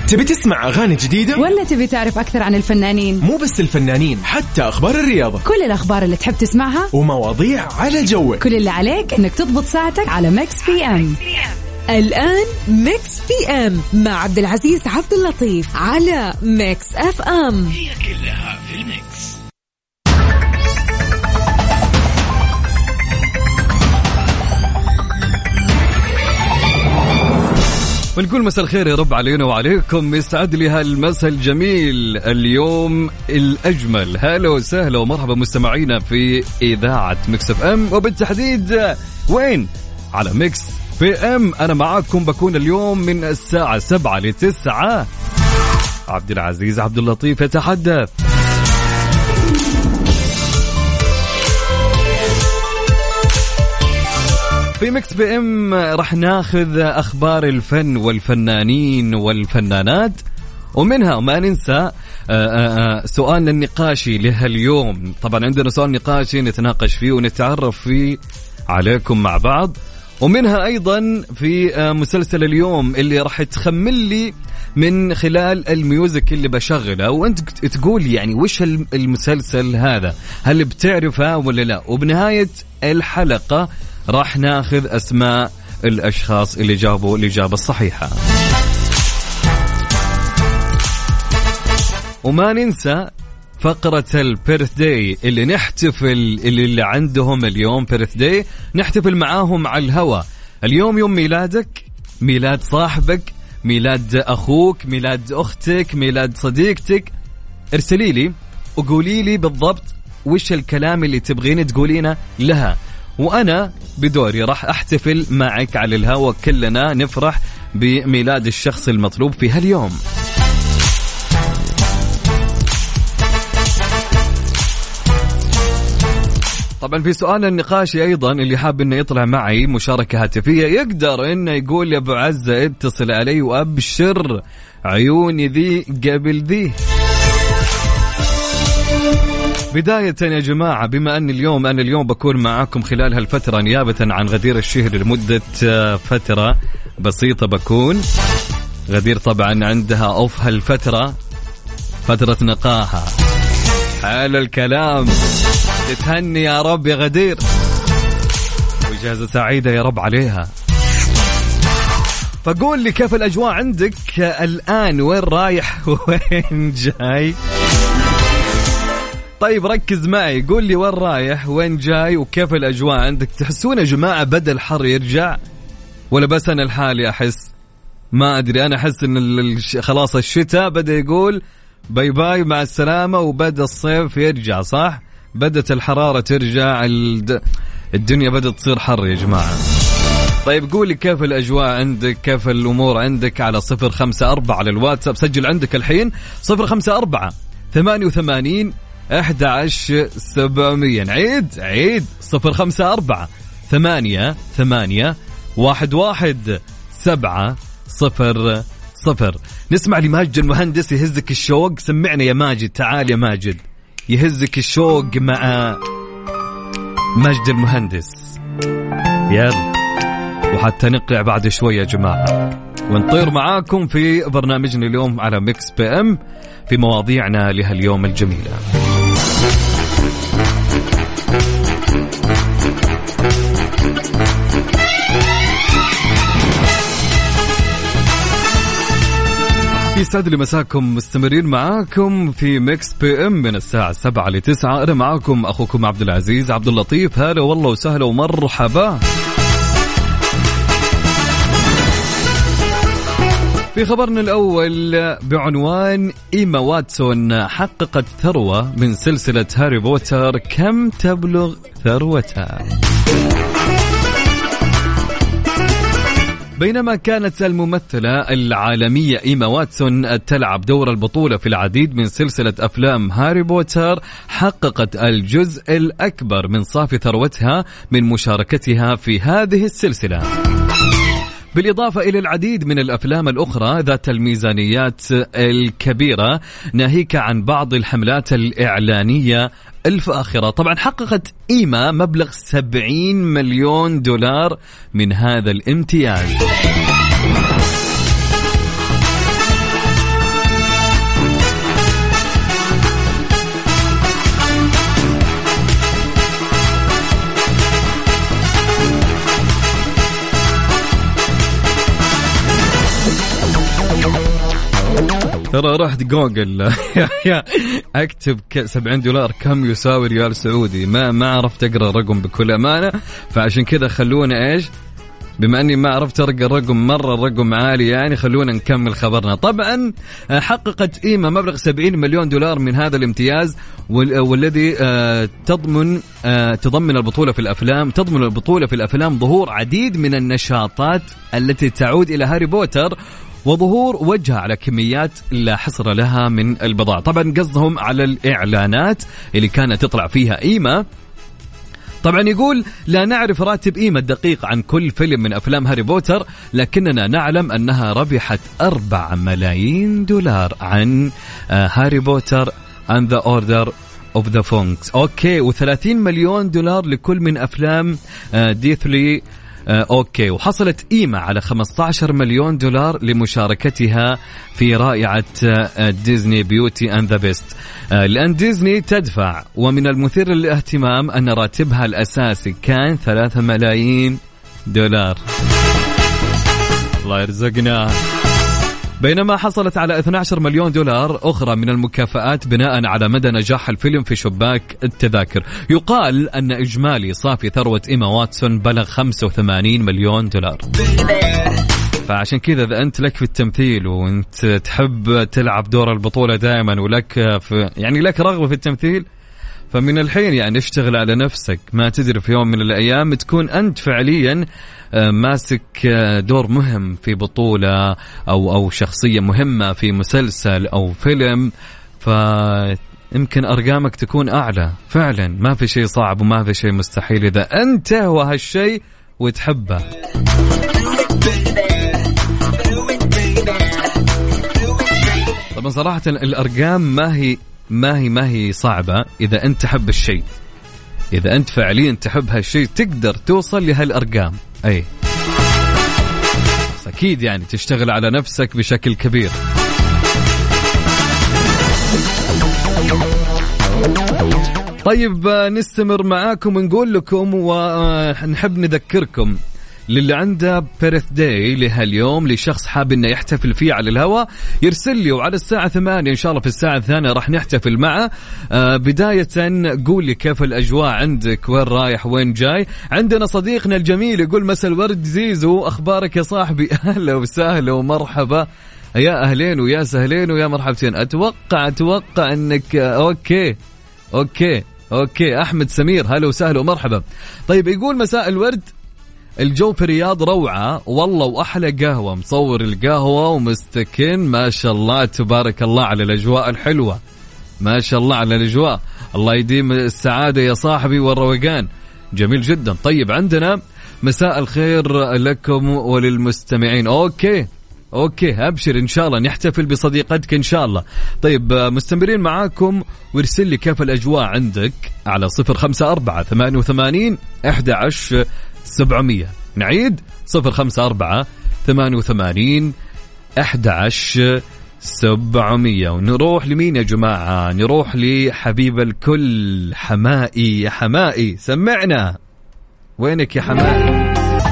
تبي تسمع أغاني جديدة؟ ولا تبي تعرف أكثر عن الفنانين؟ مو بس الفنانين، حتى أخبار الرياضة، كل الأخبار اللي تحب تسمعها ومواضيع على جوك. كل اللي عليك إنك تضبط ساعتك على ميكس بي ام. الآن ميكس بي ام مع عبد العزيز عبد اللطيف على ميكس اف ام. هي كلها في الميكس. ونقول مساء الخير يا رب علينا وعليكم. يسعد لي هالمساء الجميل اليوم الأجمل. هلا وسهلا ومرحبا مستمعينا في إذاعة ميكس اف ام، وبالتحديد وين؟ على ميكس بي ام. أنا معاكم بكون اليوم من الساعة 7 ل 9. عبد العزيز عبد اللطيف يتحدث. في ميكس بي ام رح ناخذ أخبار الفن والفنانين والفنانات، ومنها ما ننسى سؤالنا النقاشي لهاليوم. طبعا عندنا سؤال نقاشي نتناقش فيه ونتعرف فيه عليكم مع بعض، ومنها أيضا في مسلسل اليوم اللي رح تخمن لي من خلال الميوزك اللي بشغله، وانت تقول يعني وش المسلسل هذا، هل بتعرفه ولا لا. وبنهاية الحلقة راح ناخذ أسماء الأشخاص اللي جابوا الإجابة الصحيحة. وما ننسى فقرة البيرث داي اللي نحتفل اللي عندهم اليوم بيرث داي، نحتفل معاهم على الهوا. اليوم يوم ميلادك، ميلاد صاحبك، ميلاد أخوك، ميلاد أختك، ميلاد صديقتك. ارسلي لي وقولي لي بالضبط وش الكلام اللي تبغين تقولينه لها، وأنا بدوري راح أحتفل معك على الهوا. كلنا نفرح بميلاد الشخص المطلوب في هاليوم. طبعا في سؤال النقاشي أيضا اللي حاب إنه يطلع معي مشاركة هاتفية، يقدر إنه يقول يا أبو عزة اتصل علي وأبشر عيوني ذي قبل ذي. بداية يا جماعة، بما أن أنا اليوم بكون معاكم خلال هالفترة نيابة عن غدير الشهر لمدة فترة بسيطة. بكون غدير طبعا عندها أوف هالفترة، فترة نقاها. حال الكلام، تتهني يا رب يا غدير، وإجازة سعيدة يا رب عليها. فقول لي كيف الأجواء عندك الآن، وين رايح وين جاي؟ طيب ركز معي، قول لي وين رايح وين جاي وكيف الأجواء عندك. تحسون يا جماعة بدأ الحر يرجع ولا بس أنا الحالي أحس؟ ما أدري، أنا أحس إن خلاص الشتاء بدأ يقول باي باي مع السلامة، وبدأ الصيف يرجع. صح، بدأت الحرارة ترجع، الدنيا بدأت تصير حر يا جماعة. طيب قولي كيف الأجواء عندك، كيف الأمور عندك على 054 على الواتساب. سجل عندك الحين 054 88 11700. عيد 054 88 11700. نسمع لماجد المهندس يهزك الشوق. سمعنا يا ماجد، تعال يا ماجد، يهزك الشوق مع ماجد المهندس. يلا، وحتى نقلع بعد شوية يا جماعة ونطير معاكم في برنامجنا اليوم على ميكس بي ام في مواضيعنا لهاليوم الجميلة. يسعد لي مساكم، مستمرين معاكم في ميكس بي ام من الساعة 7 ل 9. أنا معاكم أخوكم عبد العزيز عبد اللطيف. هلا والله وسهلا ومرحبا. في خبرنا الأول بعنوان إيما واتسون حققت ثروة من سلسلة هاري بوتر، كم تبلغ ثروتها؟ بينما كانت الممثلة العالمية إيما واتسون تلعب دور البطولة في العديد من سلسلة أفلام هاري بوتر، حققت الجزء الأكبر من صافي ثروتها من مشاركتها في هذه السلسلة، بالإضافة إلى العديد من الأفلام الأخرى ذات الميزانيات الكبيرة، ناهيك عن بعض الحملات الإعلانية الفاخرة. طبعا حققت إيما مبلغ 70 مليون دولار من هذا الامتياز. ترى رحت جوجل اكتب $70 كم يساوي ريال سعودي، ما عرفت اقرا الرقم بكل امانه، فعشان كذا خلونا ايش، بما أني ما عرفت أرقى الرقم مرة الرقم عالي يعني، خلونا نكمل خبرنا. طبعا حققت إيما مبلغ $70 مليون من هذا الامتياز، والذي تضمن البطولة في الأفلام ظهور عديد من النشاطات التي تعود إلى هاري بوتر، وظهور وجهها على كميات لا حصر لها من البضاعة. طبعا قصدهم على الإعلانات اللي كانت تطلع فيها إيما. طبعا يقول لا نعرف راتب إيما الدقيق عن كل فيلم من أفلام هاري بوتر، لكننا نعلم أنها ربحت $4 ملايين عن هاري بوتر and the Order of the Phoenix. أوكي، و$30 مليون لكل من أفلام ديثلي. أوكي، وحصلت إيما على $15 مليون لمشاركتها في رائعة ديزني بيوتي أند ذا بيست، لأن ديزني تدفع. ومن المثير للاهتمام أن راتبها الأساسي كان $3 ملايين. الله يرزقنا. بينما حصلت على $12 مليون أخرى من المكافآت بناء على مدى نجاح الفيلم في شباك التذاكر. يقال أن إجمالي صافي ثروة إيما واتسون بلغ $85 مليون. فعشان كذا إذا أنت لك في التمثيل وأنت تحب تلعب دور البطولة دائما، ولك لك رغبة في التمثيل، فمن الحين يعني اشتغل على نفسك. ما تدري في يوم من الأيام تكون أنت فعليا ماسك دور مهم في بطولة أو شخصية مهمة في مسلسل أو فيلم، فيمكن أرقامك تكون أعلى. فعلا ما في شيء صعب وما في شيء مستحيل إذا أنت وهالشيء وتحبه. طبعا صراحة الأرقام ما هي صعبة إذا أنت تحب الشيء. إذا أنت فعليا تحب هالشيء تقدر توصل لهالأرقام. أي بس أكيد يعني تشتغل على نفسك بشكل كبير. طيب نستمر معاكم ونقول لكم ونحب نذكركم للي عنده بيرث داي لهاليوم، لشخص حاب انه يحتفل فيه على الهواء، يرسل لي وعلى الساعة 8 ان شاء الله في الساعة الثانية راح نحتفل معه. بداية قول لي كيف الاجواء عندك، وين رايح وين جاي. عندنا صديقنا الجميل يقول مساء الورد زيزو، اخبارك يا صاحبي؟ اهلا وسهلا ومرحبا، يا اهلين ويا سهلين ويا مرحبتين. اتوقع انك اوكي احمد سمير، هلا وسهلا ومرحبا. طيب يقول مساء الورد، الجو في الرياض روعة والله، وأحلى قهوة، مصور القهوة ومستكن، ما شاء الله تبارك الله على الأجواء الحلوة، ما شاء الله على الأجواء، الله يديم السعادة يا صاحبي والروقان، جميل جدا. طيب عندنا مساء الخير لكم وللمستمعين. أوكي أبشر إن شاء الله نحتفل بصديقتك إن شاء الله. طيب مستمرين معاكم، وارسل لي كيف الأجواء عندك على 054-88-11-700. نعيد 054-88-11-700. ونروح لمين يا جماعة؟ نروح لحبيب الكل حمائي. يا حمائي سمعنا، وينك يا حمائي؟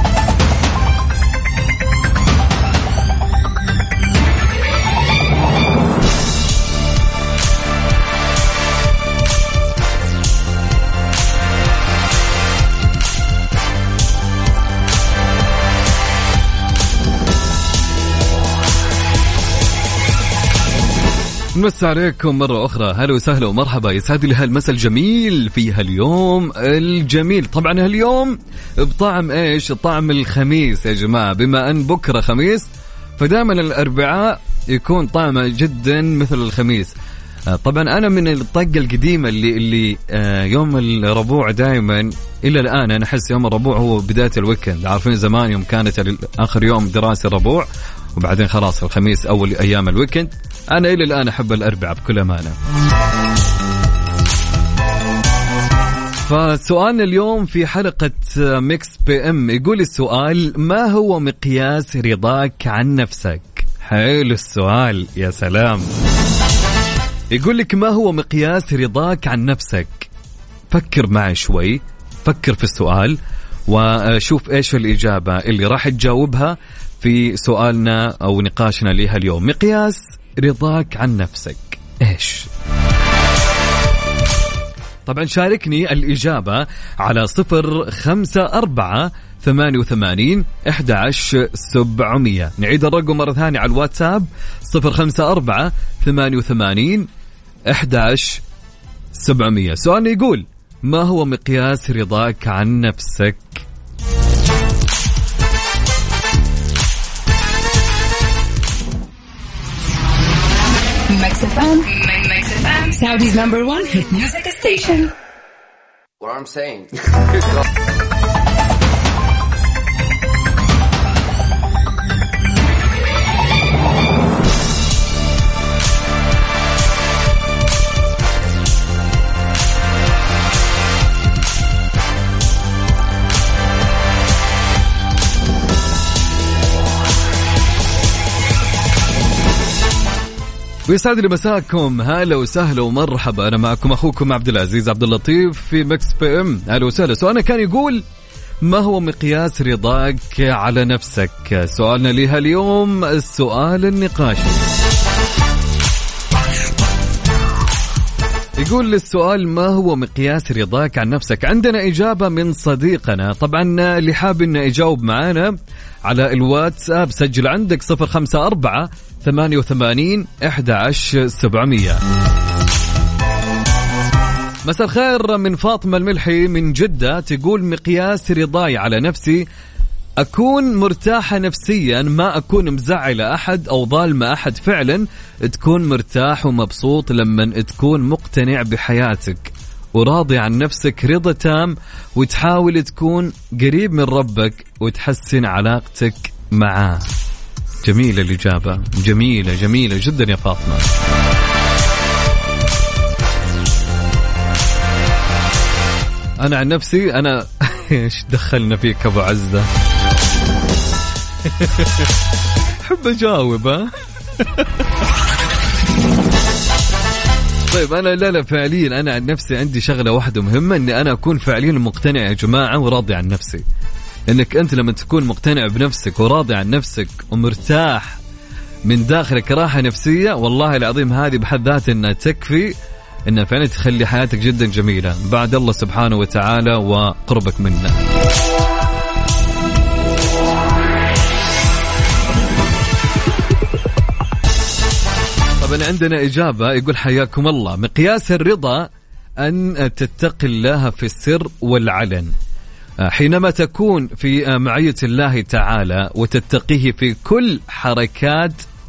نمسي عليكم مرة أخرى، هلا وسهلا ومرحبا، يسعد لي هالمساء الجميل في هاليوم الجميل. طبعا هاليوم بطعم إيش؟ طعم الخميس يا جماعة، بما أن بكرة خميس فدائما الأربعاء يكون طعمه جدا مثل الخميس. طبعا أنا من الطقة القديمة اللي يوم الربوع دائما إلى الآن أنا أحس يوم الربوع هو بداية الويكند. عارفين زمان يوم كانت آخر يوم دراسي الربوع، وبعدين خلاص الخميس أول أيام الويكند. أنا إلى الآن أحب الأربعاء بكل أمانة. فسؤالنا اليوم في حلقة ميكس بي ام يقول السؤال: ما هو مقياس رضاك عن نفسك؟ حلو السؤال، يا سلام. يقول لك ما هو مقياس رضاك عن نفسك؟ فكر معي شوي، فكر في السؤال وشوف إيش الإجابة اللي راح تجاوبها في سؤالنا أو نقاشنا لها اليوم. مقياس رضاك عن نفسك إيش؟ طبعا شاركني الإجابة على 0548811700. نعيد الرقم مرة ثانية على الواتساب 0548811700. سؤالنا يقول: ما هو مقياس رضاك عن نفسك؟ Mix FM, Saudi's #1 hit music station. What I'm saying. ويسعد لي مساكم، هلا وسهلا ومرحبا. أنا معكم أخوكم عبد العزيز عبد اللطيف في مكس بي ام. هلا وسهلا. سؤالنا كان يقول: ما هو مقياس رضاك على نفسك؟ سؤالنا لها اليوم السؤال النقاشي. يقول السؤال: ما هو مقياس رضاك عن نفسك؟ عندنا إجابة من صديقنا. طبعا اللي حاب إنه يجاوب معانا على الواتساب سجل عندك 0548811700. مساء الخير من فاطمة الملحي من جدة، تقول: مقياس رضاي على نفسي أكون مرتاحة نفسيا، ما أكون مزعلة أحد أو ظالمة أحد. فعلا تكون مرتاح ومبسوط لما تكون مقتنع بحياتك وراضي عن نفسك رضا تام، وتحاول تكون قريب من ربك وتحسن علاقتك معاه. جميلة الإجابة، جميلة جميلة جدا يا فاطمة. أنا عن نفسي أنا إيش دخلنا فيك أبو عزة؟ حب أجاوب. طيب أنا لا فعليا أنا عن نفسي عندي شغلة واحدة مهمة، أني أنا أكون فعليا مقتنع يا جماعة وراضي عن نفسي. إنك أنت لما تكون مقتنع بنفسك وراضي عن نفسك ومرتاح من داخلك راحة نفسية، والله العظيم هذه بحد ذاتها إنها تكفي إنها فعلا تخلي حياتك جدا جميلة بعد الله سبحانه وتعالى وقربك منه. طبعا عندنا إجابة يقول: حياكم الله، مقياس الرضا أن تتقي الله في السر والعلن، حينما تكون في معية الله تعالى وتتقيه في كل حركات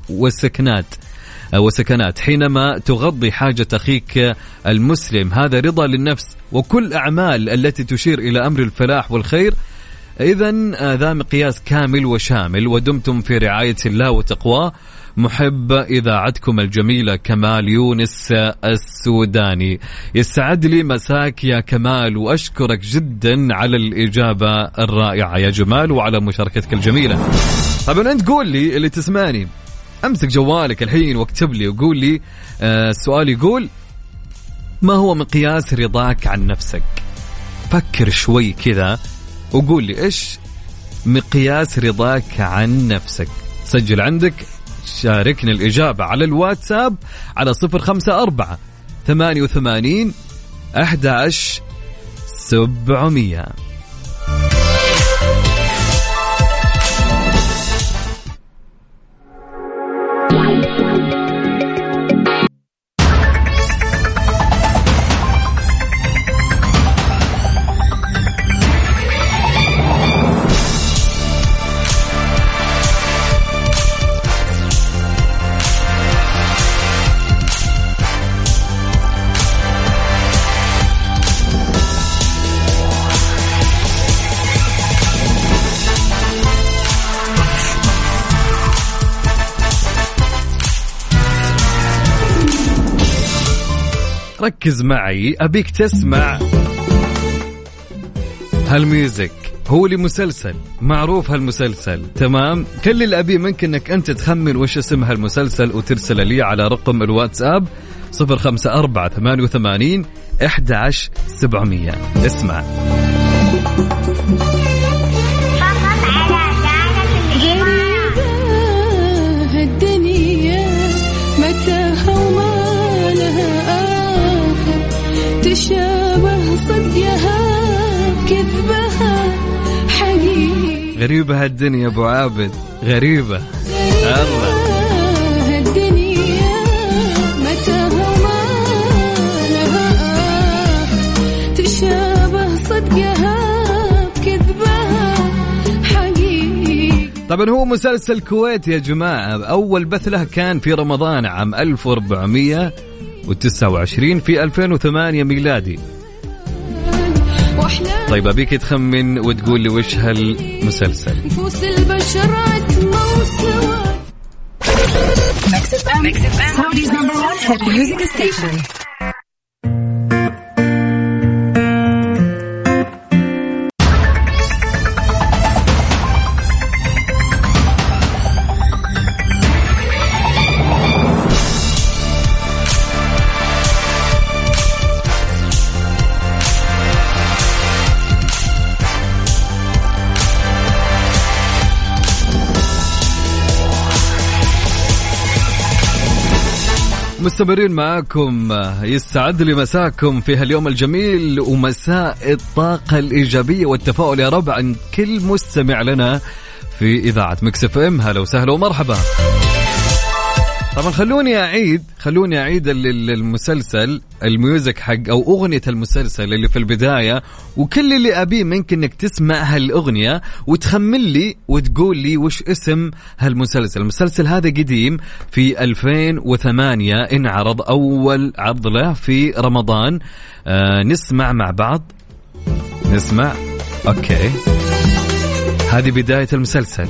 وسكنات، حينما تغضي حاجة أخيك المسلم، هذا رضا للنفس، وكل أعمال التي تشير إلى أمر الفلاح والخير. إذن ذا مقياس كامل وشامل، ودمتم في رعاية الله وتقواه. محب إذاعتكم الجميلة كمال يونس السوداني. يسعد لي مساك يا كمال، وأشكرك جدا على الإجابة الرائعة يا جمال وعلى مشاركتك الجميلة. طبعا أنت قول لي اللي تسمعني، أمسك جوالك الحين واكتب لي وقول لي السؤال يقول: ما هو مقياس رضاك عن نفسك؟ فكر شوي كذا وقول لي إيش مقياس رضاك عن نفسك. سجل عندك، شاركنا الإجابة على الواتساب على 0548811700. ركز معي، أبيك تسمع هالميوزك. هو لمسلسل معروف هالمسلسل، تمام؟ كل اللي أبيه منك أنك أنت تخمن وش اسم هالمسلسل وترسل لي على رقم الواتساب 0548811700. اسمع. تشابه صدقها كذبها حقيقي. غريبة هالدنيا أبو عابد، غريبة الله. هالدنيا متاهة وما لها تشابه صدقها كذبها حقيقي. طبعا هو مسلسل كويتي يا جماعة، أول بث له كان في رمضان عام 1429 في 2008 ميلادي. طيب أبيك تخمن وتقول لي وش هالمسلسل. نفوس البشر عتمة وسواد. Mix FM, Saudi's #1 hit music station. مستمرين معاكم، يستعد لي مساكم في هاليوم الجميل ومساء الطاقة الإيجابية والتفاؤل يا رب عن كل مستمع لنا في إذاعة ميكس اف ام. هلا وسهلا ومرحبا. طبعا خلوني أعيد المسلسل، الميوزك حق أو أغنية المسلسل اللي في البداية، وكل اللي أبيه منك إنك تسمع هالأغنية وتخمن لي وتقول لي وش اسم هالمسلسل. المسلسل هذا قديم، في 2008 انعرض أول عرض له في رمضان. نسمع مع بعض، نسمع. أوكي، هذه بداية المسلسل.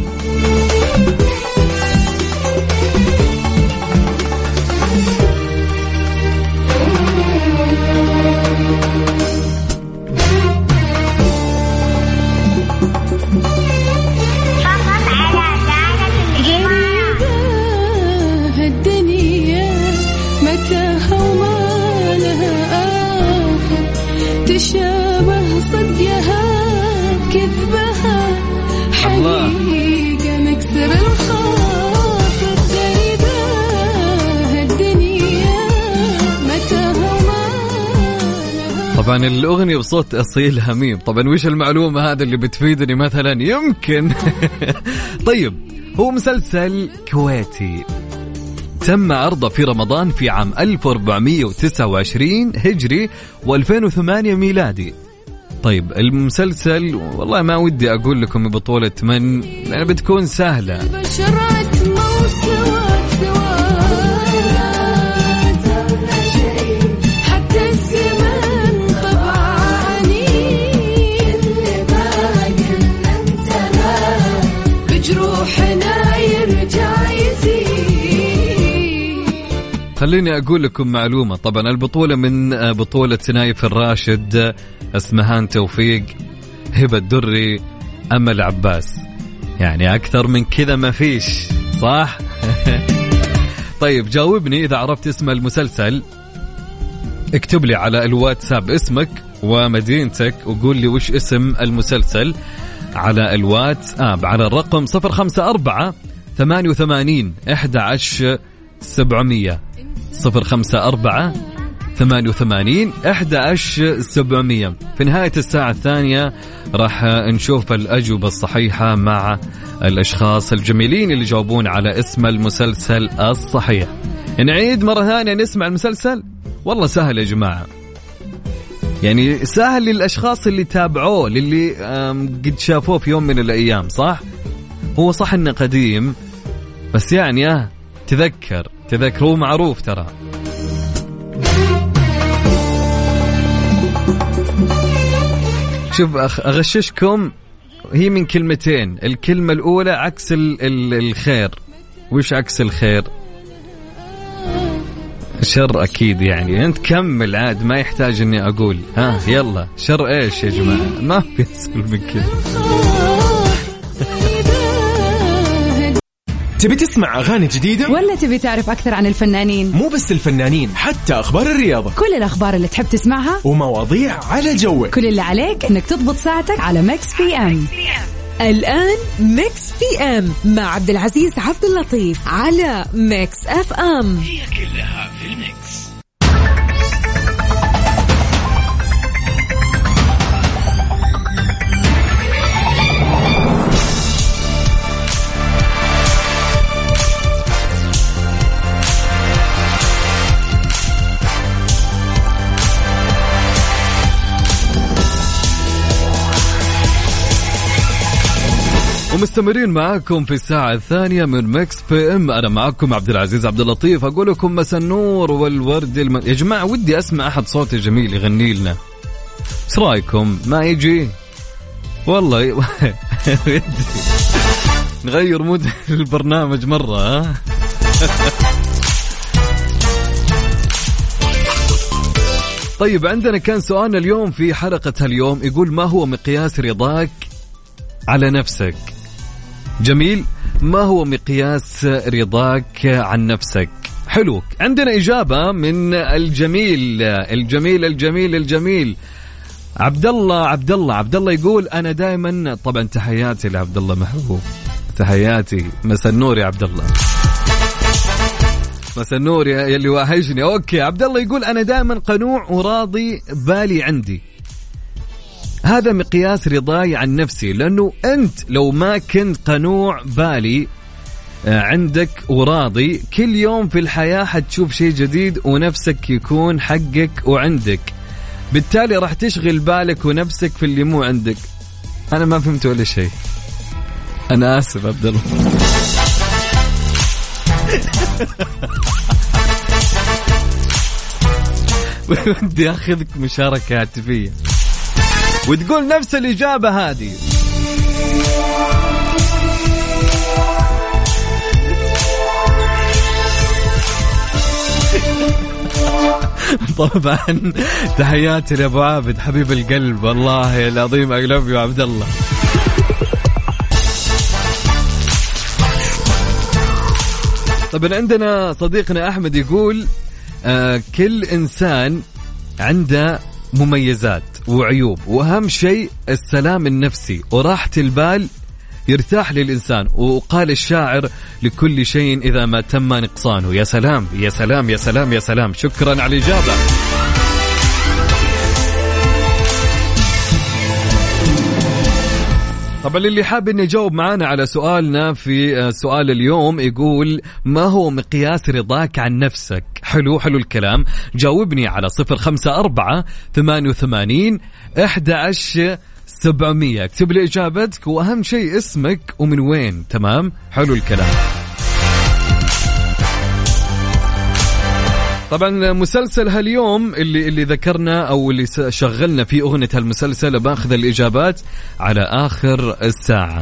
تشابه صدقها كذبها حقيقة نكسر الخاطر غريبة هالدنيا متاهة وما لها. طبعا الأغنية بصوت أصيل هميم. طبعا وش المعلومة هذا اللي بتفيدني مثلا يمكن. طيب هو مسلسل كويتي تم عرضه في رمضان في عام 1429 هجري و2008 ميلادي. طيب المسلسل والله ما ودي أقول لكم بطولة من، لأنها بتكون سهلة. حتى الزمن طبعاني بجروحنا يرجع يزيد. خليني أقول لكم معلومة. طبعا البطولة من بطولة نايف الراشد، اسمهان توفيق، هبة الدري، أمل عباس. يعني أكثر من كذا ما فيش، صح؟ طيب جاوبني إذا عرفت اسم المسلسل. اكتب لي على الواتساب اسمك ومدينتك وقول لي وش اسم المسلسل على الواتساب على الرقم 054 88 11 700 054 88 11 700. في نهاية الساعة الثانية راح نشوف الأجوبة الصحيحة مع الأشخاص الجميلين اللي جاوبون على اسم المسلسل الصحيح. نعيد مرة ثانية نسمع المسلسل. والله سهل يا جماعة، يعني سهل للأشخاص اللي تابعوه، للي قد شافوه في يوم من الأيام. صح، هو صح إنه قديم بس يعني تذكروه معروف ترى. شوف أغششكم، هي من كلمتين. الكلمة الأولى عكس الخير. وش عكس الخير؟ شر أكيد. يعني أنت كمل عاد، ما يحتاج أني أقول. ها يلا، شر إيش يا جماعة؟ ما بيسأل من كده. تبي تسمع أغاني جديدة؟ ولا تبي تعرف أكثر عن الفنانين؟ مو بس الفنانين، حتى أخبار الرياضة، كل الأخبار اللي تحب تسمعها ومواضيع على جوك. كل اللي عليك إنك تضبط ساعتك على ميكس بي ام. الآن ميكس بي ام مع عبد العزيز عبد اللطيف على ميكس اف ام. هي كلها في الميكس. ومستمرين معاكم في الساعة الثانية من ميكس بي ام. أنا معاكم عبد العزيز عبد اللطيف. أقول لكم مساء النور والورد يا جماعة ودي أسمع أحد صوته جميل يغني لنا. إيش رأيكم؟ ما يجي والله نغير مود البرنامج مرة ها؟ طيب عندنا كان سؤالنا اليوم في حلقة اليوم يقول ما هو مقياس رضاك على نفسك؟ جميل. ما هو مقياس رضاك عن نفسك؟ حلو. عندنا إجابة من الجميل الجميل الجميل الجميل عبد الله يقول أنا دائما. طبعا تحياتي لعبد الله محبوب، تحياتي. مساء النور يا عبد الله، مساء النور يا اللي واحشني. أوكي عبد الله يقول أنا دائما قنوع وراضي بالي عندي. هذا مقياس رضاي عن نفسي، لأنه أنت لو ما كنت قنوع بالي عندك وراضي كل يوم في الحياة حتشوف شيء جديد ونفسك يكون حقك وعندك، بالتالي راح تشغل بالك ونفسك في اللي مو عندك. أنا ما فهمت ولا شيء، أنا آسف عبد الله. ودي أخذك مشاركة هاتفية وتقول نفس الإجابة هذه. طبعا تحياتي لأبو عابد حبيب القلب، والله العظيم I love you عبد الله. طبعا عندنا صديقنا أحمد يقول كل إنسان عنده مميزات وعيوب، وأهم شيء السلام النفسي وراحة البال يرتاح للإنسان. وقال الشاعر لكل شيء إذا ما تم نقصانه. يا سلام يا سلام يا سلام يا سلام. شكرا على الإجابة. طبعا اللي حاب إني أجاوب معنا على سؤالنا في سؤال اليوم يقول ما هو مقياس رضاك عن نفسك؟ حلو الكلام. جاوبني على 054-88-11-700. اكتب لي إجابتك وأهم شيء اسمك ومن وين. تمام، حلو الكلام. طبعا مسلسل هاليوم اللي ذكرنا أو اللي شغلنا في أغنية هالمسلسل باخذ الإجابات على آخر الساعة.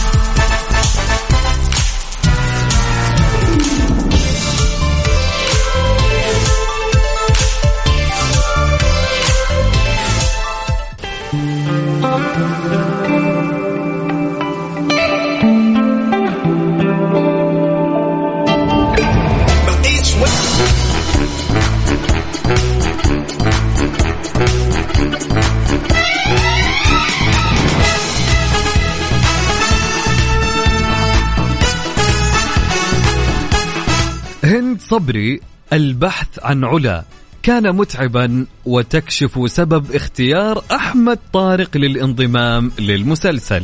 هند صبري البحث عن علا كان متعبا وتكشف سبب اختيار أحمد طارق للانضمام للمسلسل.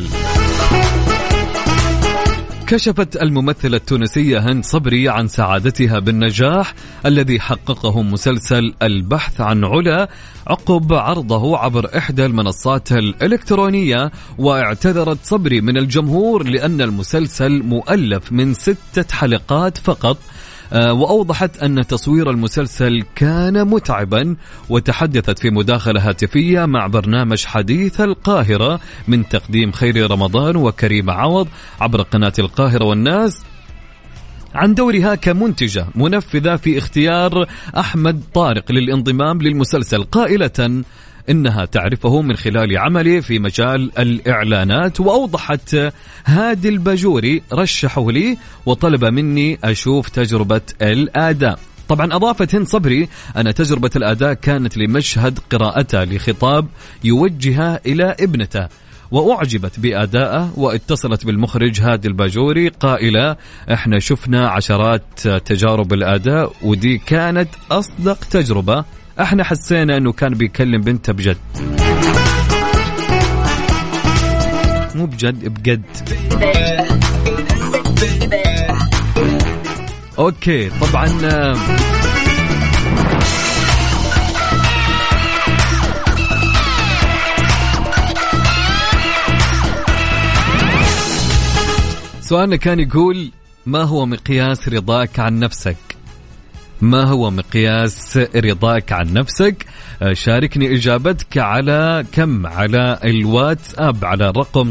كشفت الممثلة التونسية هند صبري عن سعادتها بالنجاح الذي حققه مسلسل البحث عن علا عقب عرضه عبر إحدى المنصات الإلكترونية. واعتذرت صبري من الجمهور لأن المسلسل مؤلف من 6 حلقات فقط، وأوضحت أن تصوير المسلسل كان متعبا. وتحدثت في مداخلة هاتفية مع برنامج حديث القاهرة من تقديم خيري رمضان وكريم عوض عبر قناة القاهرة والناس عن دورها كمنتجة منفذة في اختيار أحمد طارق للانضمام للمسلسل، قائلة إنها تعرفه من خلال عمله في مجال الإعلانات. وأوضحت هادي الباجوري رشحه لي وطلب مني أشوف تجربة الأداء. طبعا أضافت هند صبري أن تجربة الأداء كانت لمشهد قراءته لخطاب يوجهها إلى ابنته، وأعجبت بأدائه. واتصلت بالمخرج هادي الباجوري قائلة إحنا شفنا عشرات تجارب الأداء ودي كانت أصدق تجربة، احنا حسينا انه كان بيكلم بنته بجد، مو بجد. اوكي طبعا سؤالنا كان يقول ما هو مقياس رضاك عن نفسك؟ ما هو مقياس رضاك عن نفسك؟ شاركني إجابتك على كم؟ على الواتساب على الرقم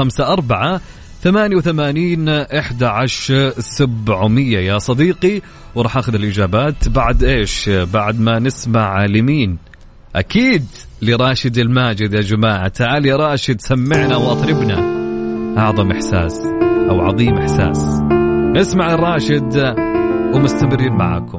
054-88-11-700 يا صديقي. وراح أخذ الإجابات بعد إيش؟ بعد ما نسمع لمين؟ أكيد لراشد الماجد يا جماعة. تعال يا راشد سمعنا وأطربنا أعظم إحساس أو عظيم إحساس. نسمع الراشد ومستمرين معاكم.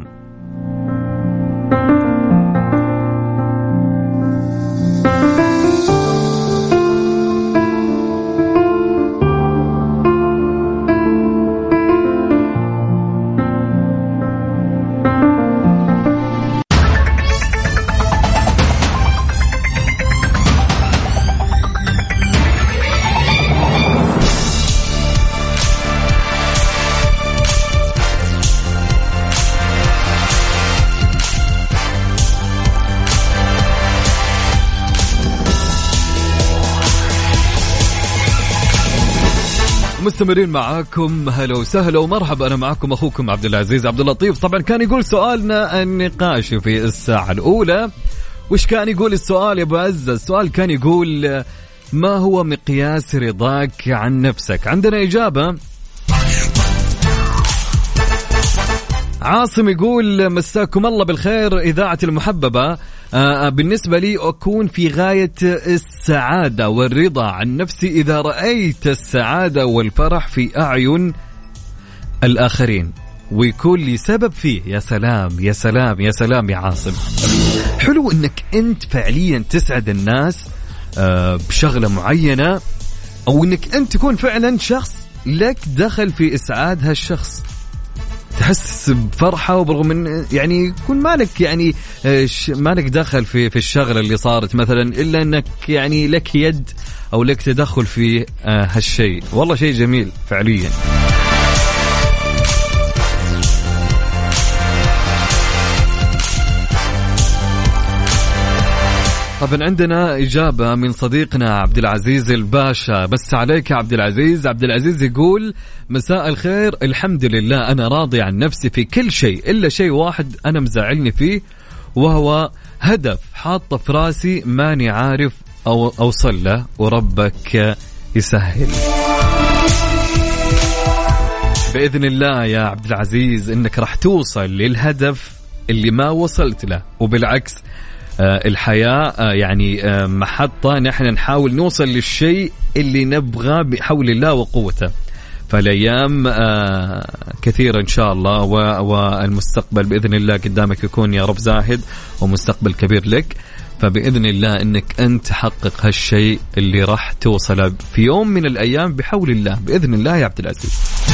مستمرين معاكم. هلا وسهلا ومرحبا. أنا معكم أخوكم عبد العزيز عبد اللطيف. طبعا كان يقول سؤالنا النقاشي في الساعة الأولى. وش كان يقول السؤال يا أبو عزة؟ السؤال كان يقول ما هو مقياس رضاك عن نفسك؟ عندنا إجابة. عاصم يقول مساكم الله بالخير إذاعة المحببة. بالنسبة لي أكون في غاية السعادة والرضا عن نفسي إذا رأيت السعادة والفرح في أعين الآخرين ويكون لي سبب فيه. يا سلام يا سلام يا سلام يا عاصم. حلو إنك أنت فعليا تسعد الناس بشغلة معينة، أو إنك أنت تكون فعلا شخص لك دخل في إسعاد هالشخص، تحس بفرحة وبرغم من يعني يكون مالك يعني مالك دخل في الشغلة اللي صارت مثلا، إلا أنك يعني لك يد أو لك تدخل في هالشيء. والله شيء جميل فعليا. طبعا عندنا إجابة من صديقنا عبد العزيز الباشا. بس عليك يا عبد العزيز. عبد العزيز يقول مساء الخير، الحمد لله أنا راضي عن نفسي في كل شيء إلا شيء واحد أنا مزعلني فيه، وهو هدف حاطه في راسي ماني عارف أو أوصل له، وربك يسهل. بإذن الله يا عبد العزيز إنك راح توصل للهدف اللي ما وصلت له، وبالعكس الحياة يعني محطة نحن نحاول نوصل للشيء اللي نبغاه بحول الله وقوته. فالأيام كثيرة إن شاء الله، والمستقبل بإذن الله قدامك يكون يا رب زاهد ومستقبل كبير لك. فبإذن الله إنك أنت تحقق هالشيء اللي راح توصل في يوم من الأيام بحول الله بإذن الله يا عبد العزيز.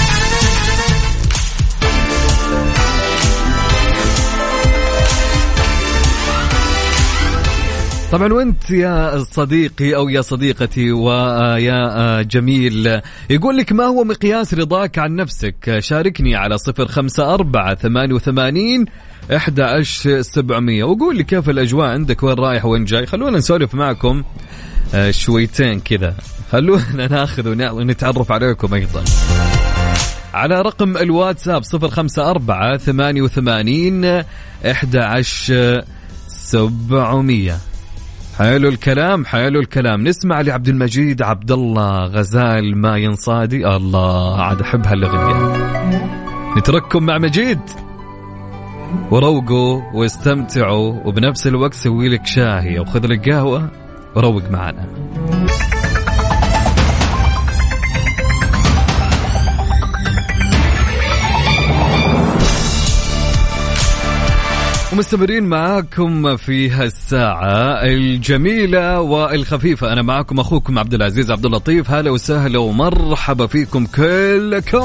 طبعا وانت يا صديقي او يا صديقتي ويا جميل، يقول لك ما هو مقياس رضاك عن نفسك؟ شاركني على 054-88-11-700 وقول لي كيف الأجواء عندك، وين رايح وين جاي. خلونا نسولف معكم شويتين كذا، خلونا ناخذ ونتعرف عليكم أيضا على رقم الواتساب 054-88-11-700. حلو الكلام حلو الكلام. نسمع لعبد المجيد عبد الله غزال ما ينصادي. الله عاد أحب هالأغنية. نترككم مع مجيد وروقوا واستمتعوا، وبنفس الوقت سوي لك شاهي أو خذ لك قهوة وروق معنا. ومستمرين معاكم في هالساعة الجميلة والخفيفة. أنا معاكم أخوكم عبد العزيز عبد اللطيف. هلا وسهلا ومرحبا فيكم كلكم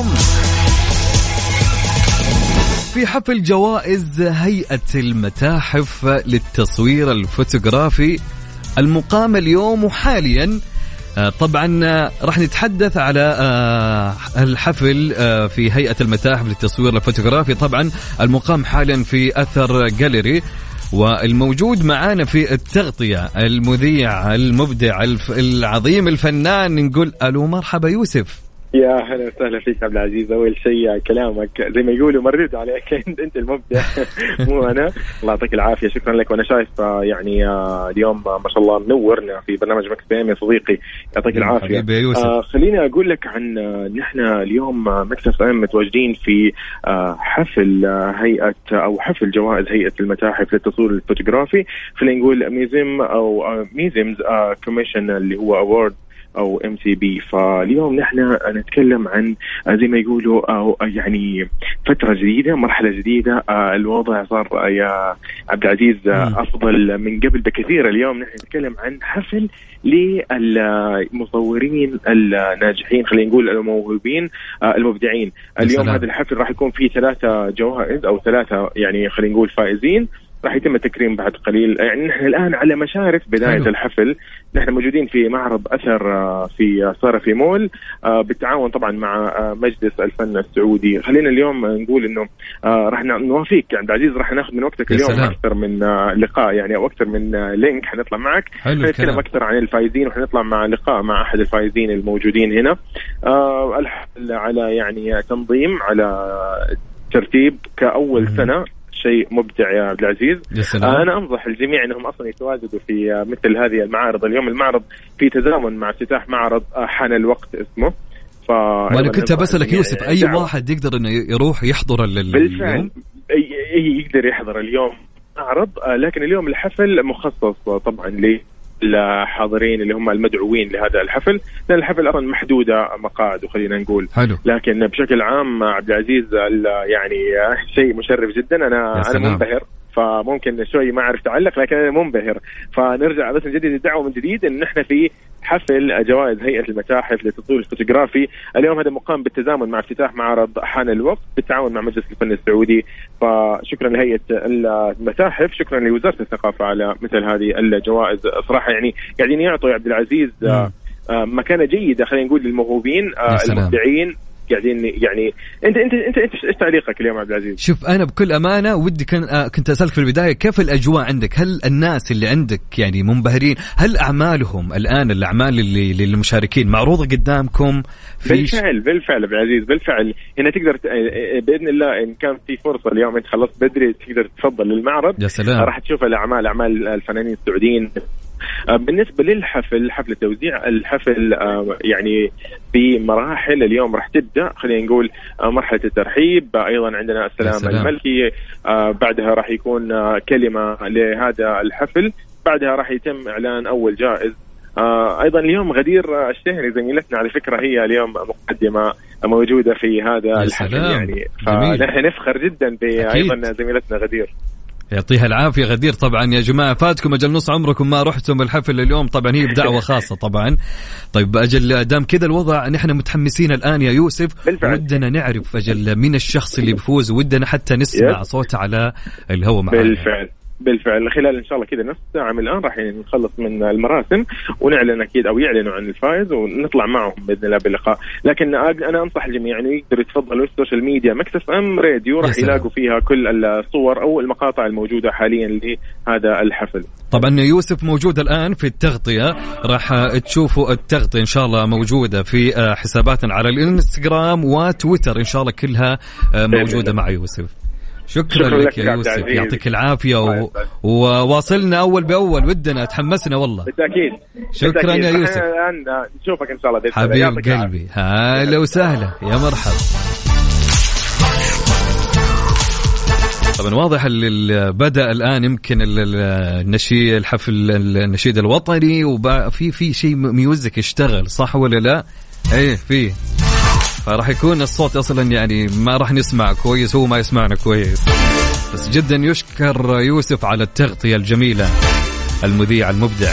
في حفل جوائز هيئة المتاحف للتصوير الفوتوغرافي المقام اليوم وحاليا. طبعا راح نتحدث على الحفل في هيئة المتاحف للتصوير الفوتوغرافي، طبعا المقام حاليا في أثر جاليري. والموجود معانا في التغطية المذيع المبدع العظيم الفنان، نقول ألو مرحبا يوسف. يا هلا وسهلا فيك عبد العزيز. اول شيء كلامك زي ما يقولوا مردود عليك، انت المبدع مو انا. الله يعطيك العافيه، شكرا لك. وانا شايف يعني اليوم ما شاء الله منورنا في برنامج مكس بي ام يا صديقي، يعطيك العافيه. خليني اقول لك عن نحن اليوم مكس بي ام متواجدين في حفل هيئه او حفل جوائز هيئه المتاحف للتصوير الفوتوغرافي، خلينا نقول ميزم او ميزمز كوميشن اللي هو اوورد أو MCB. فاليوم نحن نتكلم عن زي ما يقولوا أو يعني فترة جديدة، مرحلة جديدة. الوضع صار يا عبد العزيز أفضل من قبل بكثير. اليوم نحن نتكلم عن حفل للمصورين الناجحين، خلينا نقول الموهوبين المبدعين. اليوم هذا الحفل راح يكون فيه 3 جوائز أو 3 يعني خلينا نقول فائزين، راح يتم التكريم بعد قليل. يعني نحن الآن على مشارف بداية الحفل، نحن موجودين في معرض أثر في صرفي مول بالتعاون طبعا مع مجلس الفن السعودي. خلينا اليوم نقول إنه راح نوافيك عبد العزيز، راح ناخذ من وقتك اليوم أكثر من لقاء يعني أو أكثر من لينك حنطلع معك، حنتكلم أكثر عن الفائزين وحنطلع مع لقاء مع أحد الفائزين الموجودين هنا. الحفل على يعني تنظيم على ترتيب كأول سنة، شيء مبدع يا عبد العزيز. أنا أنصح الجميع أنهم أصلا يتواجدوا في مثل هذه المعارض. اليوم المعرض في تزامن مع افتتاح معرض حان الوقت اسمه. وأنا كنت بسألك يوسف، أي واحد يقدر إنه يروح يحضر بالفعل يقدر يحضر اليوم معرض، لكن اليوم الحفل مخصص طبعا الحاضرين اللي هم المدعوين لهذا الحفل، لأن الحفل أصلا محدودة مقاعد وخلينا نقول. حلو. لكن بشكل عام عبد العزيز يعني شيء مشرف جدا. أنا منبهر، فممكن شوي ما أعرف تعلق لكن أنا منبهر. فنرجع بس نجدد الدعوة من جديد إن نحن في حفل جوائز هيئة المتاحف للتصوير الفوتوغرافي. اليوم هذا مقام بالتزامن مع افتتاح معرض حان الوقت بالتعاون مع مجلس الفن السعودي. فشكرا لهيئة المتاحف، شكرا لوزارة الثقافة على مثل هذه الجوائز. صراحة يعني قاعدين يعطوا يا عبد العزيز مكانة جيدة خلينا نقول للموهوبين المبدعين. قاعدين يعني انت ايش تعليقك اليوم عبد العزيز؟ شوف انا بكل امانه ودي كنت اسالك في البدايه كيف الاجواء عندك؟ هل الناس اللي عندك يعني منبهرين؟ هل اعمالهم الان الاعمال اللي للمشاركين معروضه قدامكم؟ بالفعل عبد العزيز، بالفعل هنا تقدر باذن الله ان كان في فرصه اليوم انت خلصت بدري تقدر تفضل للمعرض. يا سلام. راح تشوف اعمال الفنانين السعوديين. بالنسبة للحفل، حفل التوزيع، الحفل يعني في مراحل. اليوم راح تبدأ خلينا نقول مرحلة الترحيب، أيضا عندنا السلام الملكي، بعدها راح يكون كلمة لهذا الحفل، بعدها راح يتم إعلان أول جائز. أيضا اليوم غدير الشهري زميلتنا على فكرة هي اليوم مقدمة موجودة في هذا الحفل يعني، فنحن نفخر جدا بأيضا زميلتنا غدير. يعطيها العافية غدير. طبعا يا جماعة فاتكم أجل نص عمركم ما رحتم الحفل اليوم، طبعا هي بدعوة خاصة طبعا. طيب أجل دام كذا الوضع نحن متحمسين الآن يا يوسف، ودنا نعرف أجل مين الشخص اللي بيفوز، ودنا حتى نسمع صوته على الهواء معنا. بالفعل خلال إن شاء الله كده نص ساعة من الآن راح نخلص من المراسم ونعلن أكيد أو يعلنوا عن الفائز ونطلع معهم بإذن الله باللقاء. لكن أنا أنصح الجميع يعني يقدروا يتفضلوا السوشيال ميديا مكس اف ام راديو، راح يلاقوا فيها كل الصور أو المقاطع الموجودة حاليا لهذا الحفل. طبعا يوسف موجود الآن في التغطية، راح تشوفوا التغطية إن شاء الله موجودة في حساباتنا على الإنستغرام وتويتر إن شاء الله كلها موجودة مع يوسف. شكرا لك يا يوسف، يعطيك العافية وواصلنا أول بأول، ودنا تحمسنا والله. بالتأكيد. شكرا يا يوسف، نشوفك إن شاء الله حبيب قلبي. هلا وسهلا يا مرحبا. طبعا واضح اللي بدأ الآن يمكن الحفل النشيد الوطني وفي شيء ميوزك يشتغل صح ولا لا؟ ايه فيه، فراح يكون الصوت أصلا يعني ما راح نسمع كويس، هو ما يسمعنا كويس. بس جدا يشكر يوسف على التغطية الجميلة، المذيع المبدع.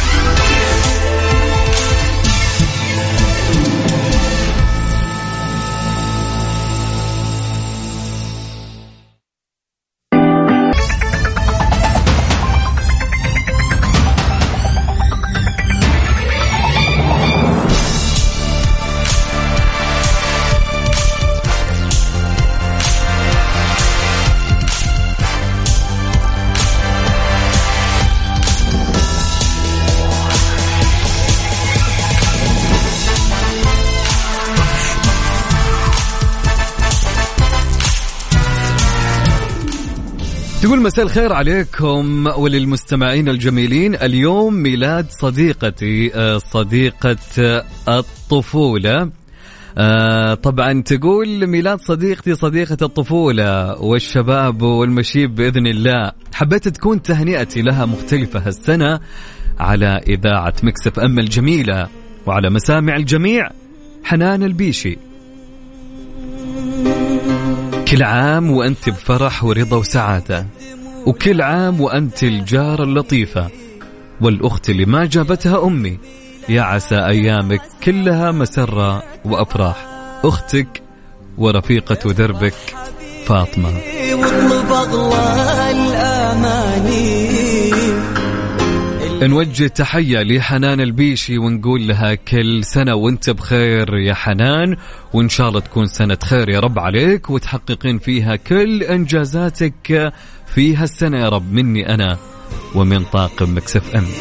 تقول مساء الخير عليكم وللمستمعين الجميلين. اليوم ميلاد صديقتي صديقة الطفولة. طبعا تقول ميلاد صديقتي صديقة الطفولة والشباب والمشيب بإذن الله. حبيت تكون تهنئتي لها مختلفة هالسنة على إذاعة ميكس اف ام الجميلة وعلى مسامع الجميع. حنان البيشي، كل عام وأنت بفرح ورضا وسعادة، وكل عام وأنت الجار اللطيفة والأخت اللي ما جابتها أمي. يا عسى أيامك كلها مسرة وأفراح. أختك ورفيقة دربك فاطمة. نوجه تحية لحنان البيشي ونقول لها كل سنة وانت بخير يا حنان، وإن شاء الله تكون سنة خير يا رب عليك وتحققين فيها كل إنجازاتك في هالسنة يا رب، مني أنا ومن طاقم ميكس اف ام.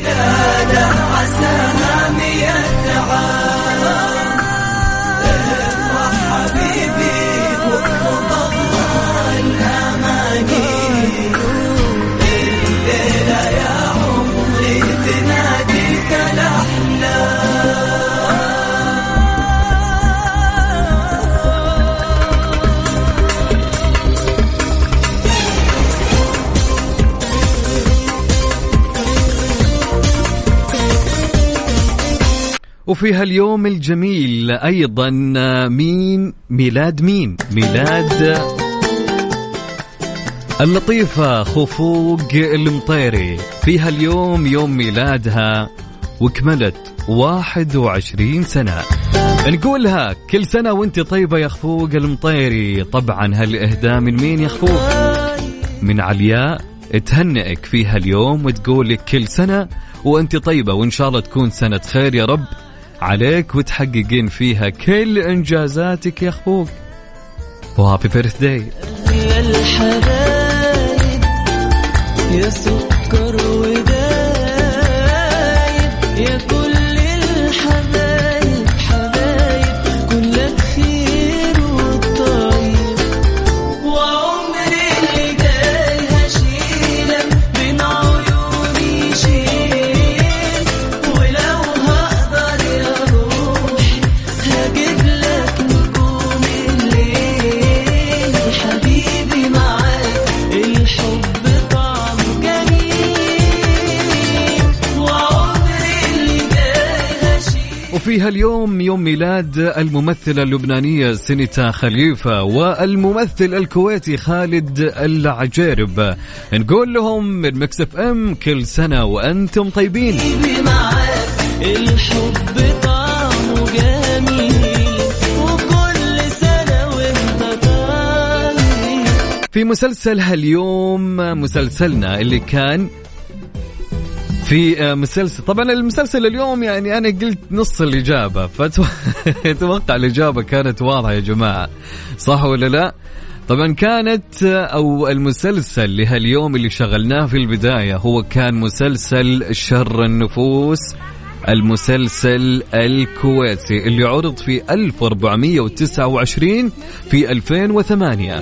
وفي هاليوم الجميل أيضا ميلاد اللطيفة خفوق المطيري. في هاليوم يوم ميلادها وكملت 21 سنة. نقولها كل سنة وانت طيبة يا خفوق المطيري. طبعا هالإهداء من مين يا خفوق؟ من علياء تهنئك في هاليوم وتقولك كل سنة وانت طيبة وإن شاء الله تكون سنة خير يا رب عليك وتحققين فيها كل إنجازاتك يا خفوق. وهابي بيرثداي يا الحبايب يا سكر ودايب يا كل الحبايب حبايب كلك خير والطيب وعمري اللي جاي هشيلك بين عيوني شيل ولو هقدر يا روحي هجيب لك نجوم الليل حبيبي معاك الحب طعم جميل وعمري اللي جاي هشيل. وفي هاليوم يوم ميلاد الممثلة اللبنانية سنتا خليفة والممثل الكويتي خالد العجيرب. نقول لهم من ميكس اف ام كل سنة وأنتم طيبين. معاك الحب طعمه جميل وكل سنة وانت طيب. في مسلسل هاليوم مسلسلنا اللي كان في مسلسل، طبعا المسلسل اليوم يعني أنا قلت نص الإجابة فتوقع الإجابة كانت واضحة يا جماعة، صح ولا لا؟ طبعا كانت أو المسلسل لهاليوم اللي شغلناه في البداية هو كان مسلسل شر النفوس، المسلسل الكويتي اللي عرض في 1429 في 2008.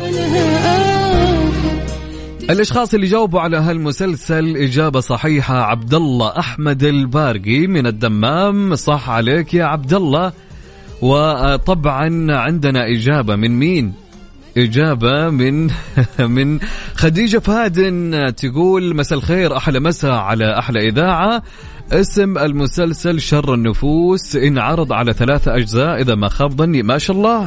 الأشخاص اللي جاوبوا على هالمسلسل إجابة صحيحة عبد الله أحمد البارقي من الدمام. صح عليك يا عبد الله. وطبعا عندنا إجابة من مين؟ إجابة من خديجة فهد تقول مساء الخير، أحلى مساء على أحلى إذاعة. اسم المسلسل شر النفوس، إن عرض على 3 أجزاء إذا ما خاب ظني. ما شاء الله،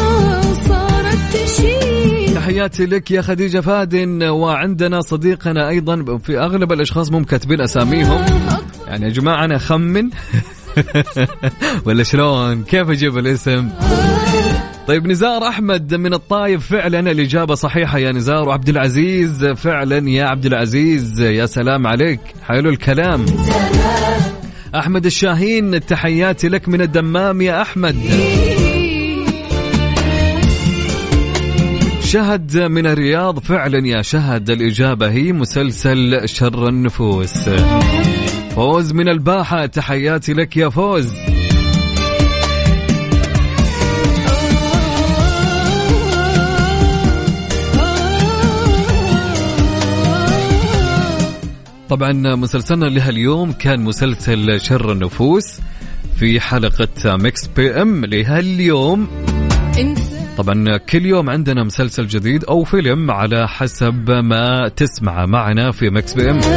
تحياتي لك يا خديجة فادن. وعندنا صديقنا أيضا، في أغلب الأشخاص مو كاتبين أساميهم يعني يا جماعة أنا أخمن ولا شلون؟ كيف أجيب الاسم؟ طيب نزار أحمد من الطايف، فعلا الإجابة صحيحة يا نزار. وعبد العزيز، فعلا يا عبد العزيز، يا سلام عليك، حلو الكلام. أحمد الشاهين، تحياتي لك من الدمام يا أحمد. شهد من الرياض، فعلا يا شهد الإجابة هي مسلسل شر النفوس. فوز من الباحة، تحياتي لك يا فوز. طبعا مسلسلنا لهاليوم كان مسلسل شر النفوس في حلقة ميكس بي ام لهاليوم. طبعا كل يوم عندنا مسلسل جديد أو فيلم على حسب ما تسمع معنا في ميكس بي ام.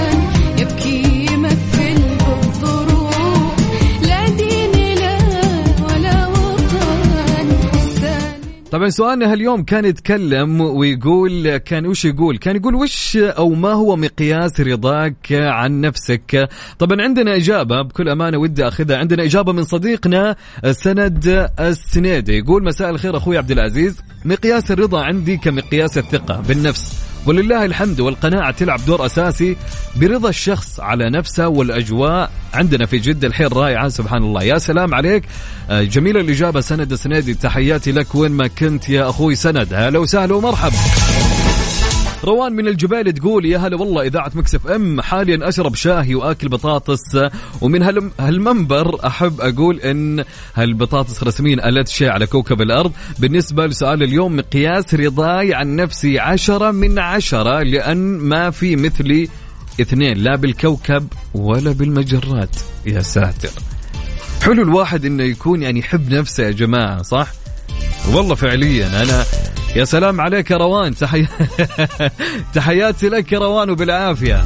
طبعا سؤالنا هاليوم كان يتكلم ويقول كان يقول وش أو ما هو مقياس رضاك عن نفسك. طبعا عندنا إجابة بكل أمانة ودي أخذها. عندنا إجابة من صديقنا سند السنيدي، يقول مساء الخير أخوي عبد العزيز، مقياس الرضا عندي كمقياس الثقة بالنفس، ولله الحمد والقناعة تلعب دور أساسي برضا الشخص على نفسه. والأجواء عندنا في جدة الحين رائعة سبحان الله. يا سلام عليك، جميلة الإجابة سند السنيدي، تحياتي لك وين ما كنت يا أخوي سند. هلا وسهلا ومرحب. روان من الجبال تقول يا هلا والله إذاعة مكس اف ام، حاليا أشرب شاهي وآكل بطاطس، ومن هالمنبر أحب أقول إن هالبطاطس رسميا ألذ شيء على كوكب الأرض. بالنسبة لسؤال اليوم، مقياس رضاي عن نفسي 10 من 10، لأن ما في مثلي اثنين لا بالكوكب ولا بالمجرات. يا ساتر، حلو الواحد إنه يكون يعني يحب نفسه يا جماعة، صح؟ والله فعليا أنا يا سلام عليك يا روان، تحياتي لك يا روان وبالعافية.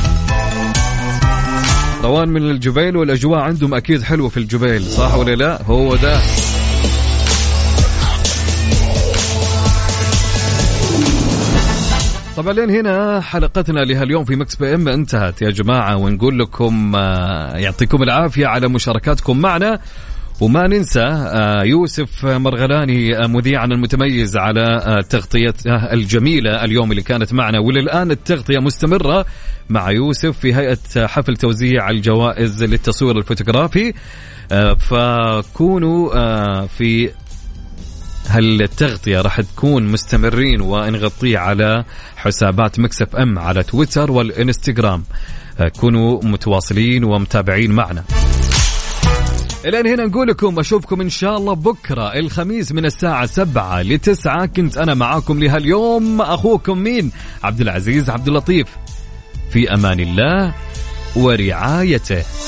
روان من الجبيل والأجواء عندهم أكيد حلوة في الجبيل، صح ولا لا؟ هو ده. طبعا لين هنا حلقتنا لهاليوم في مكس بي ام انتهت يا جماعة، ونقول لكم يعطيكم العافية على مشاركاتكم معنا. وما ننسى يوسف مرغلاني مذيعنا المتميز على تغطيته الجميلة اليوم اللي كانت معنا، وللآن التغطية مستمرة مع يوسف في هيئة حفل توزيع الجوائز للتصوير الفوتوغرافي. فكونوا في هالتغطية راح تكون مستمرين ونغطيه على حسابات مكس اف ام على تويتر والإنستغرام. كونوا متواصلين ومتابعين معنا. الآن هنا نقول لكم أشوفكم إن شاء الله بكرة الخميس من الساعة 7 ل 9. كنت أنا معاكم لهاليوم أخوكم مين؟ عبد العزيز عبد اللطيف. في أمان الله ورعايته.